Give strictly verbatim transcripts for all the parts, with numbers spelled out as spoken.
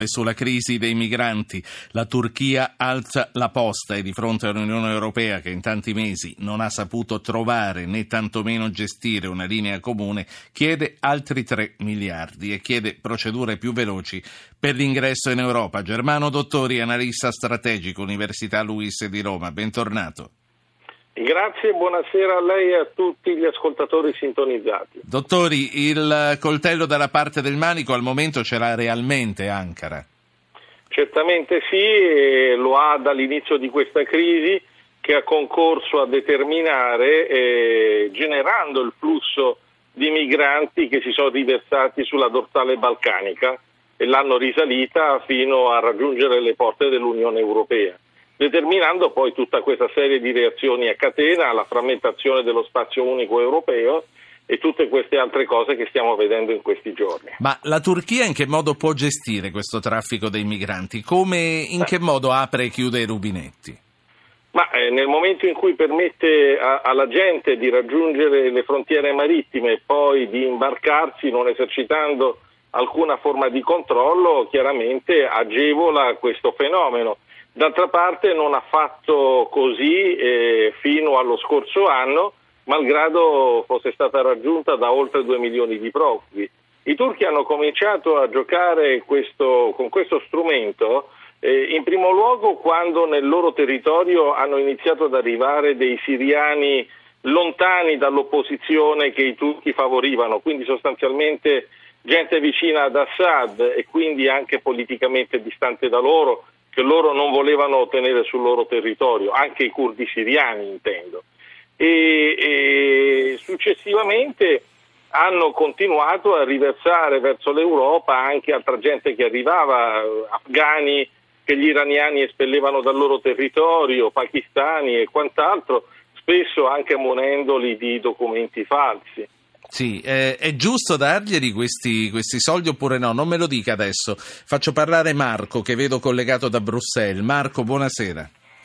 Sulla crisi dei migranti, la Turchia alza la posta e di fronte a un'Unione Europea che in tanti mesi non ha saputo trovare né tantomeno gestire una linea comune, chiede altri tre miliardi e chiede procedure più veloci per l'ingresso in Europa. Germano Dottori, analista strategico, Università Luis di Roma, bentornato. Grazie, buonasera a lei e a tutti gli ascoltatori sintonizzati. Dottori, il coltello dalla parte del manico al momento ce l'ha realmente Ankara? Certamente sì, e lo ha dall'inizio di questa crisi che ha concorso a determinare, eh, generando il flusso di migranti che si sono riversati sulla dorsale balcanica e l'hanno risalita fino a raggiungere le porte dell'Unione Europea, determinando poi tutta questa serie di reazioni a catena, la frammentazione dello spazio unico europeo e tutte queste altre cose che stiamo vedendo in questi giorni. Ma la Turchia in che modo può gestire questo traffico dei migranti? Come, in che modo apre e chiude i rubinetti? Ma eh, nel momento in cui permette a, alla gente di raggiungere le frontiere marittime e poi di imbarcarsi non esercitando alcuna forma di controllo, chiaramente agevola questo fenomeno. D'altra parte non ha fatto così eh, fino allo scorso anno, malgrado fosse stata raggiunta da oltre due milioni di profughi. I turchi hanno cominciato a giocare questo, con questo strumento eh, in primo luogo quando nel loro territorio hanno iniziato ad arrivare dei siriani lontani dall'opposizione che i turchi favorivano, quindi sostanzialmente gente vicina ad Assad e quindi anche politicamente distante da loro, che loro non volevano tenere sul loro territorio, anche i curdi siriani intendo. E, e successivamente hanno continuato a riversare verso l'Europa anche altra gente che arrivava, afghani che gli iraniani espellevano dal loro territorio, pakistani e quant'altro, spesso anche munendoli di documenti falsi. Sì, eh, è giusto darglieli questi, questi soldi oppure no? Non me lo dica adesso. Faccio parlare Marco, che vedo collegato da Bruxelles. Marco, buonasera.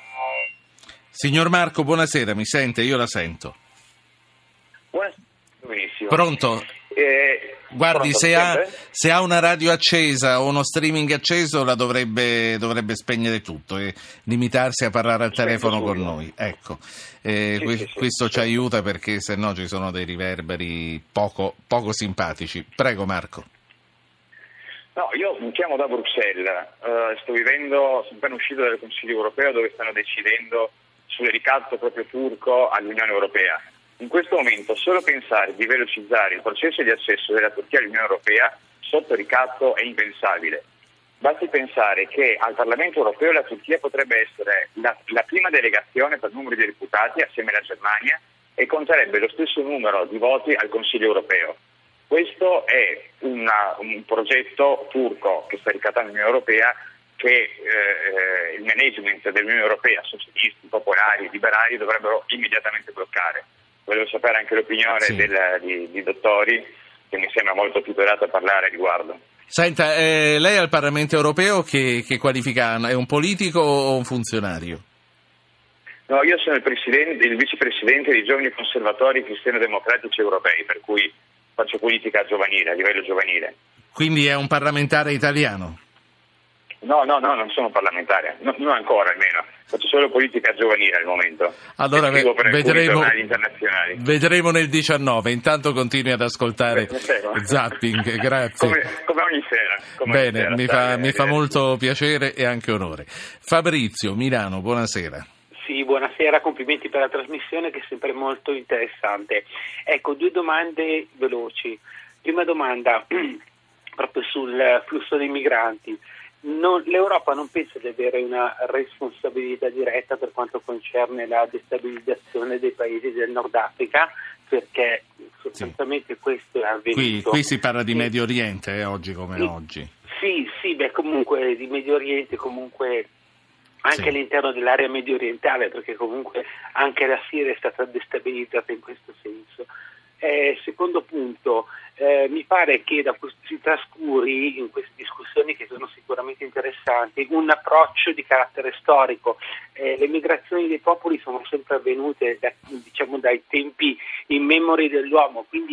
Signor Marco, buonasera, mi sente? Io la sento. Buonasera. Benissimo. Pronto? Eh, Guardi, pronto, se, ha, se ha una radio accesa o uno streaming acceso la dovrebbe, dovrebbe spegnere tutto e limitarsi a parlare al telefono con noi. Ecco, eh, sì, que- sì, sì, questo sì. ci aiuta perché se no ci sono dei riverberi poco, poco simpatici. Prego Marco. No, io mi chiamo da Bruxelles, uh, sto vivendo, sono appena uscito dal Consiglio europeo dove stanno decidendo sul ricatto proprio turco all'Unione Europea. In questo momento solo pensare di velocizzare il processo di accesso della Turchia all'Unione Europea sotto ricatto è impensabile. Basti pensare che al Parlamento Europeo la Turchia potrebbe essere la, la prima delegazione per numero di deputati assieme alla Germania e conterebbe lo stesso numero di voti al Consiglio Europeo. Questo è una, un progetto turco che sta ricattando l'Unione Europea che eh, il management dell'Unione Europea, socialisti, popolari, liberali dovrebbero immediatamente bloccare. Volevo sapere anche l'opinione sì. del, di, di Dottori, che mi sembra molto titolato a parlare a riguardo. Senta, eh, lei al Parlamento Europeo che, che qualifica? È un politico o un funzionario? No, io sono il, presidente, il vicepresidente dei giovani conservatori cristiano-democratici europei, per cui faccio politica giovanile, a livello giovanile. Quindi è un parlamentare italiano? No, no, no, non sono parlamentare, no, non ancora almeno, faccio solo politica giovanile al momento. Allora ve- vedremo, internazionali. vedremo nel diciannove, intanto continui ad ascoltare Beh, Zapping, grazie. Come, come ogni sera. Come Bene, ogni sera, mi, stai, fa, mi fa molto piacere e anche onore. Fabrizio, Milano, buonasera. Sì, buonasera, complimenti per la trasmissione che è sempre molto interessante. Ecco, due domande veloci. Prima domanda, proprio sul flusso dei migranti. Non, L'Europa non pensa di avere una responsabilità diretta per quanto concerne la destabilizzazione dei paesi del Nord Africa, perché sostanzialmente sì. questo è avvenuto. Qui, qui si parla di sì. Medio Oriente, eh, oggi come sì. oggi. Sì, sì, beh, comunque di Medio Oriente, comunque anche sì. all'interno dell'area medio orientale, perché comunque anche la Siria è stata destabilizzata in questo senso. Eh, secondo punto, eh, mi pare che da questo si trascuri in queste discussioni, che sono sicuramente interessanti, un approccio di carattere storico. Eh, le migrazioni dei popoli sono sempre avvenute da, diciamo dai tempi immemori dell'uomo, quindi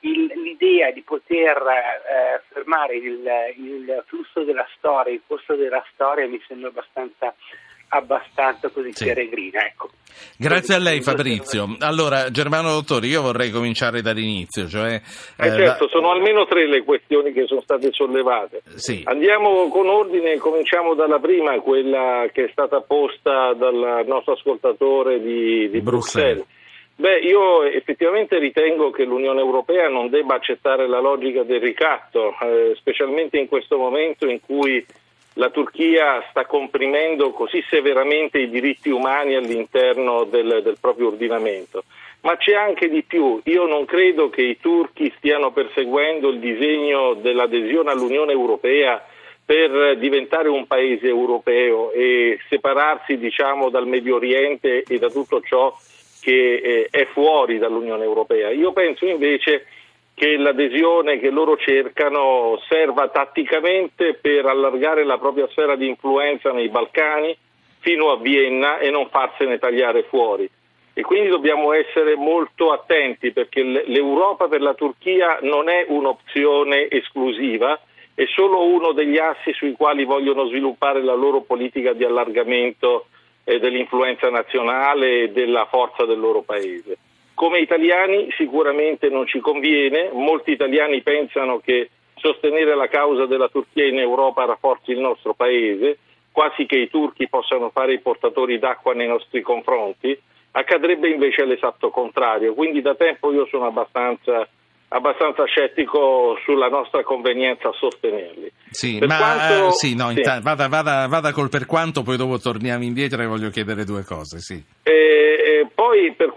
il, l'idea di poter eh, fermare il, il flusso della storia, il corso della storia mi sembra abbastanza abbastanza così sì. peregrina, ecco. Grazie a lei Fabrizio. Allora Germano Dottori, io vorrei cominciare dall'inizio, cioè eh, eh, certo, la... sono almeno tre le questioni che sono state sollevate. Sì. Andiamo con ordine, cominciamo dalla prima, quella che è stata posta dal nostro ascoltatore di, di Bruxelles. Bruxelles. Beh, io effettivamente ritengo che l'Unione Europea non debba accettare la logica del ricatto, eh, specialmente in questo momento in cui la Turchia sta comprimendo così severamente i diritti umani all'interno del, del proprio ordinamento. Ma c'è anche di più. Io non credo che i turchi stiano perseguendo il disegno dell'adesione all'Unione Europea per diventare un paese europeo e separarsi, diciamo, dal Medio Oriente e da tutto ciò che eh, è fuori dall'Unione Europea. Io penso invece che l'adesione che loro cercano serva tatticamente per allargare la propria sfera di influenza nei Balcani fino a Vienna e non farsene tagliare fuori. E quindi dobbiamo essere molto attenti, perché l'Europa per la Turchia non è un'opzione esclusiva, è solo uno degli assi sui quali vogliono sviluppare la loro politica di allargamento eh, dell'influenza nazionale e della forza del loro paese. Come italiani sicuramente non ci conviene, molti italiani pensano che sostenere la causa della Turchia in Europa rafforzi il nostro paese, quasi che i turchi possano fare i portatori d'acqua nei nostri confronti. Accadrebbe invece l'esatto contrario, quindi da tempo io sono abbastanza, abbastanza scettico sulla nostra convenienza a sostenerli. Sì, per ma quanto, eh, sì, no, sì. Inta- vada, vada, vada col per quanto, poi dopo torniamo indietro e voglio chiedere due cose. Sì. E, e poi per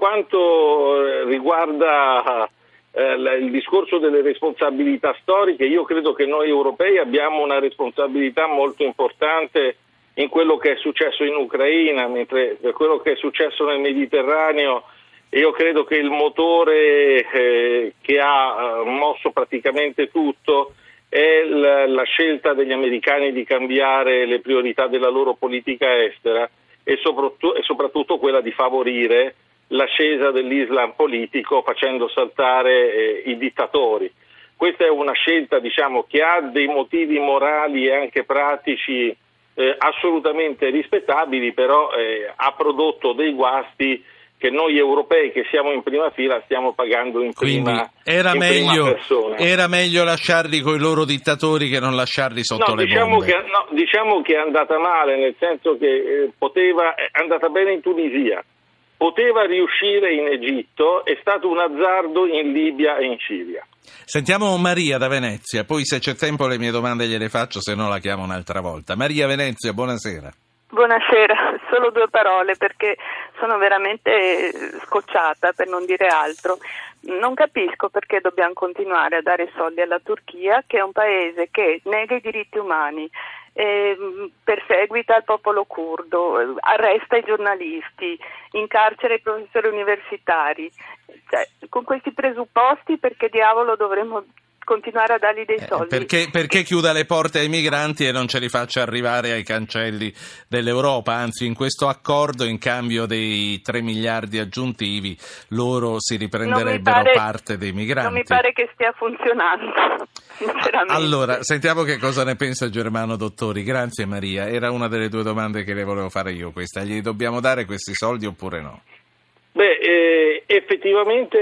quanto riguarda eh, il discorso delle responsabilità storiche, io credo che noi europei abbiamo una responsabilità molto importante in quello che è successo in Ucraina, mentre per quello che è successo nel Mediterraneo io credo che il motore eh, che ha eh, mosso praticamente tutto è la, la scelta degli americani di cambiare le priorità della loro politica estera e soprattutto, e soprattutto quella di favorire l'ascesa dell'Islam politico facendo saltare eh, i dittatori. Questa è una scelta, diciamo, che ha dei motivi morali e anche pratici eh, assolutamente rispettabili, però eh, ha prodotto dei guasti che noi europei che siamo in prima fila stiamo pagando in prima, Quindi era in meglio, prima persona. Era meglio lasciarli con i loro dittatori che non lasciarli sotto no, le diciamo bombe. Che, no, diciamo che è andata male, nel senso che eh, poteva, è andata bene in Tunisia, poteva riuscire in Egitto, è stato un azzardo in Libia e in Siria. Sentiamo Maria da Venezia, poi se c'è tempo le mie domande gliele faccio, se no la chiamo un'altra volta. Maria Venezia, buonasera. Buonasera, solo due parole perché sono veramente scocciata, per non dire altro. Non capisco perché dobbiamo continuare a dare soldi alla Turchia, che è un paese che nega i diritti umani, eh, perseguita il popolo curdo, arresta i giornalisti, incarcera i professori universitari. Cioè, con questi presupposti perché diavolo dovremmo continuare a dargli dei soldi? Eh, perché, perché chiuda le porte ai migranti e non ce li faccia arrivare ai cancelli dell'Europa? Anzi, in questo accordo, in cambio dei tre miliardi aggiuntivi, loro si riprenderebbero pare, parte dei migranti. Non mi pare che stia funzionando, sinceramente. Allora, sentiamo che cosa ne pensa Germano Dottori. Grazie Maria, era una delle due domande che le volevo fare io questa. Gli dobbiamo dare questi soldi oppure no? Beh, eh, effettivamente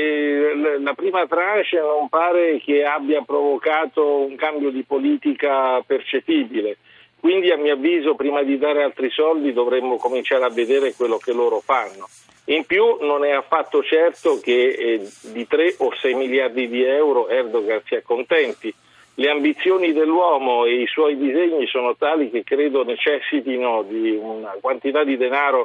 eh, la prima tranche non pare che abbia provocato un cambio di politica percettibile, quindi a mio avviso prima di dare altri soldi dovremmo cominciare a vedere quello che loro fanno. In più non è affatto certo che eh, di tre o sei miliardi di euro Erdogan si accontenti. Le ambizioni dell'uomo e i suoi disegni sono tali che credo necessitino di una quantità di denaro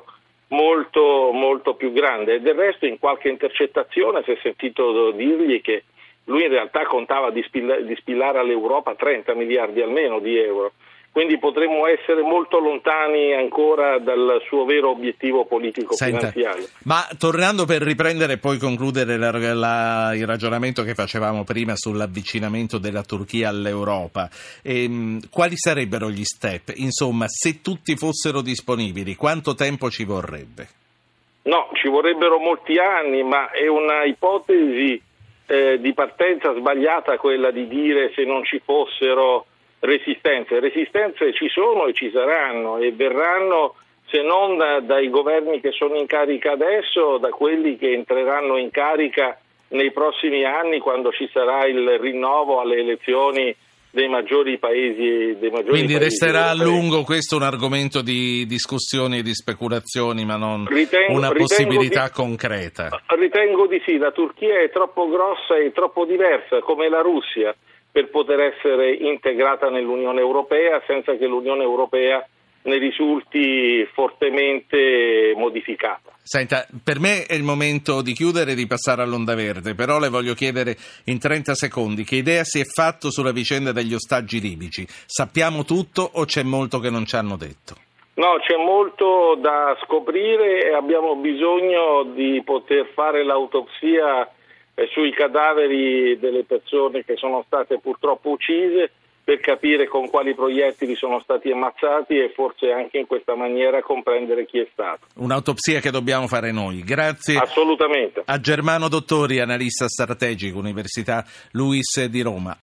molto molto più grande, e del resto in qualche intercettazione si è sentito dirgli che lui in realtà contava di, spilla, di spillare all'Europa trenta miliardi almeno di euro, quindi potremmo essere molto lontani ancora dal suo vero obiettivo politico-finanziario. Senta, ma tornando per riprendere e poi concludere la, la, il ragionamento che facevamo prima sull'avvicinamento della Turchia all'Europa, ehm, quali sarebbero gli step? Insomma, se tutti fossero disponibili, quanto tempo ci vorrebbe? No, ci vorrebbero molti anni, ma è una ipotesi eh, di partenza sbagliata quella di dire se non ci fossero resistenze. Resistenze ci sono e ci saranno e verranno, se non da, dai governi che sono in carica adesso, da quelli che entreranno in carica nei prossimi anni quando ci sarà il rinnovo alle elezioni dei maggiori paesi. Dei maggiori Quindi paesi resterà europei. a lungo questo un argomento di discussioni e di speculazioni, ma non Ritengo, una ritengo possibilità di, concreta. Ritengo di sì, la Turchia è troppo grossa e troppo diversa, come la Russia, per poter essere integrata nell'Unione Europea senza che l'Unione Europea ne risulti fortemente modificata. Senta, per me è il momento di chiudere e di passare all'onda verde, però le voglio chiedere in trenta secondi che idea si è fatto sulla vicenda degli ostaggi libici. Sappiamo tutto o c'è molto che non ci hanno detto? No, c'è molto da scoprire e abbiamo bisogno di poter fare l'autopsia eh, sui cadaveri delle persone che sono state purtroppo uccise, per capire con quali proiettili sono stati ammazzati e forse anche in questa maniera comprendere chi è stato. Un'autopsia che dobbiamo fare noi. Grazie. Assolutamente. A Germano Dottori, analista strategico, Università Luis di Roma.